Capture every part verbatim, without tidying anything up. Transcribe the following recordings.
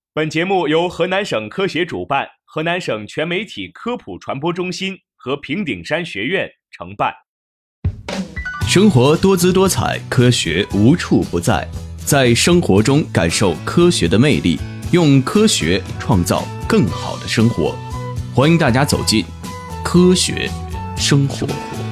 本节目由河南省科协主办，河南省全媒体科普传播中心和平顶山学院承办。 生活多姿多彩，科学无处不在，在生活中感受科学的魅力，用科学创造更好的生活。欢迎大家走进科学生活。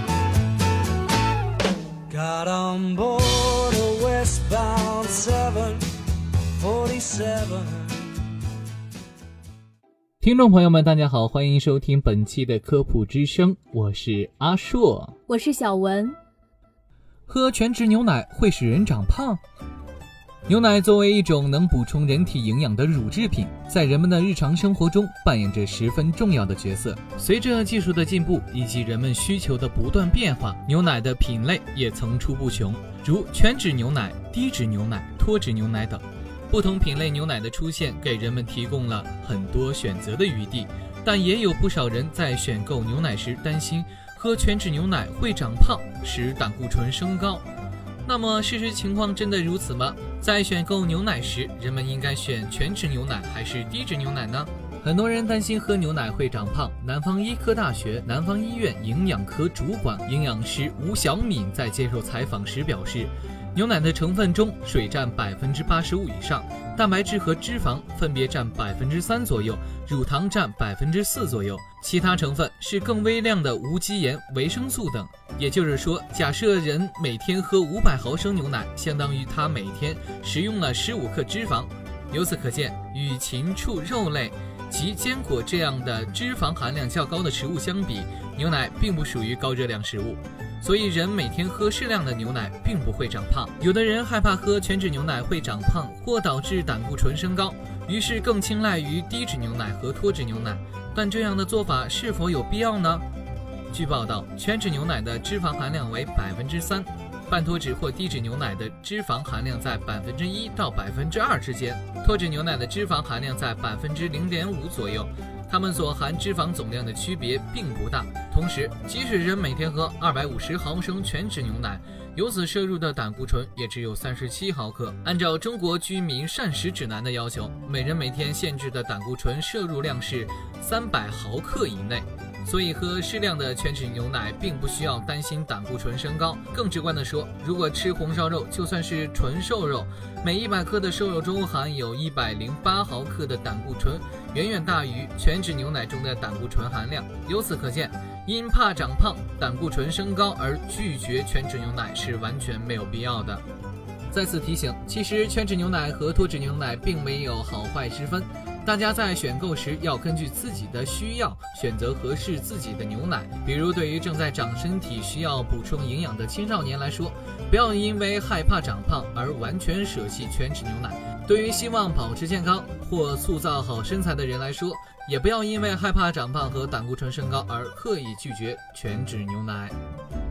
听众朋友们大家好，欢迎收听本期的科普之声，我是阿硕， 我是小文。 喝全脂牛奶会使人长胖？牛奶作为一种能补充人体营养的乳制品，在人们的日常生活中扮演着十分重要的角色。随着技术的进步以及人们需求的不断变化，牛奶的品类也层出不穷，如全脂牛奶、低脂牛奶、脱脂牛奶等。不同品类牛奶的出现，给人们提供了很多选择的余地，但也有不少人在选购牛奶时担心喝全脂牛奶会长胖，使胆固醇升高。那么事实情况真的如此吗？在选购牛奶时，人们应该选全脂牛奶还是低脂牛奶呢？很多人担心喝牛奶会长胖。南方医科大学南方医院营养科主管营养师吴小敏在接受采访时表示，牛奶的成分中水占百分之八十五以上，蛋白质和脂肪分别占百分之三左右，乳糖占百分之四左右，其他成分是更微量的无机盐、维生素等。也就是说，假设人每天喝五百毫升牛奶，相当于他每天食用了十五克脂肪。由此可见，与禽畜肉类及坚果这样的脂肪含量较高的食物相比，牛奶并不属于高热量食物。所以人每天喝适量的牛奶并不会长胖。有的人害怕喝全脂牛奶会长胖或导致胆固醇升高，于是更青睐于低脂牛奶和脱脂牛奶，但这样的做法是否有必要呢？据报道，全脂牛奶的脂肪含量为百分之三，半脱脂或低脂牛奶的脂肪含量在百分之一到百分之二之间，脱脂牛奶的脂肪含量在百分之零点五左右。它们所含脂肪总量的区别并不大。同时，即使人每天喝二百五十毫升全脂牛奶，由此摄入的胆固醇也只有三十七毫克。按照中国居民膳食指南的要求，每人每天限制的胆固醇摄入量是三百毫克以内。所以喝适量的全脂牛奶并不需要担心胆固醇升高。更直观地说，如果吃红烧肉，就算是纯瘦肉，每一百克的瘦肉中含有一百零八毫克的胆固醇，远远大于全脂牛奶中的胆固醇含量。由此可见，因怕长胖、胆固醇升高而拒绝全脂牛奶是完全没有必要的。再次提醒，其实全脂牛奶和脱脂牛奶并没有好坏之分，大家在选购时要根据自己的需要选择合适自己的牛奶。比如对于正在长身体需要补充营养的青少年来说，不要因为害怕长胖而完全舍弃全脂牛奶。对于希望保持健康或塑造好身材的人来说，也不要因为害怕长胖和胆固醇升高而刻意拒绝全脂牛奶。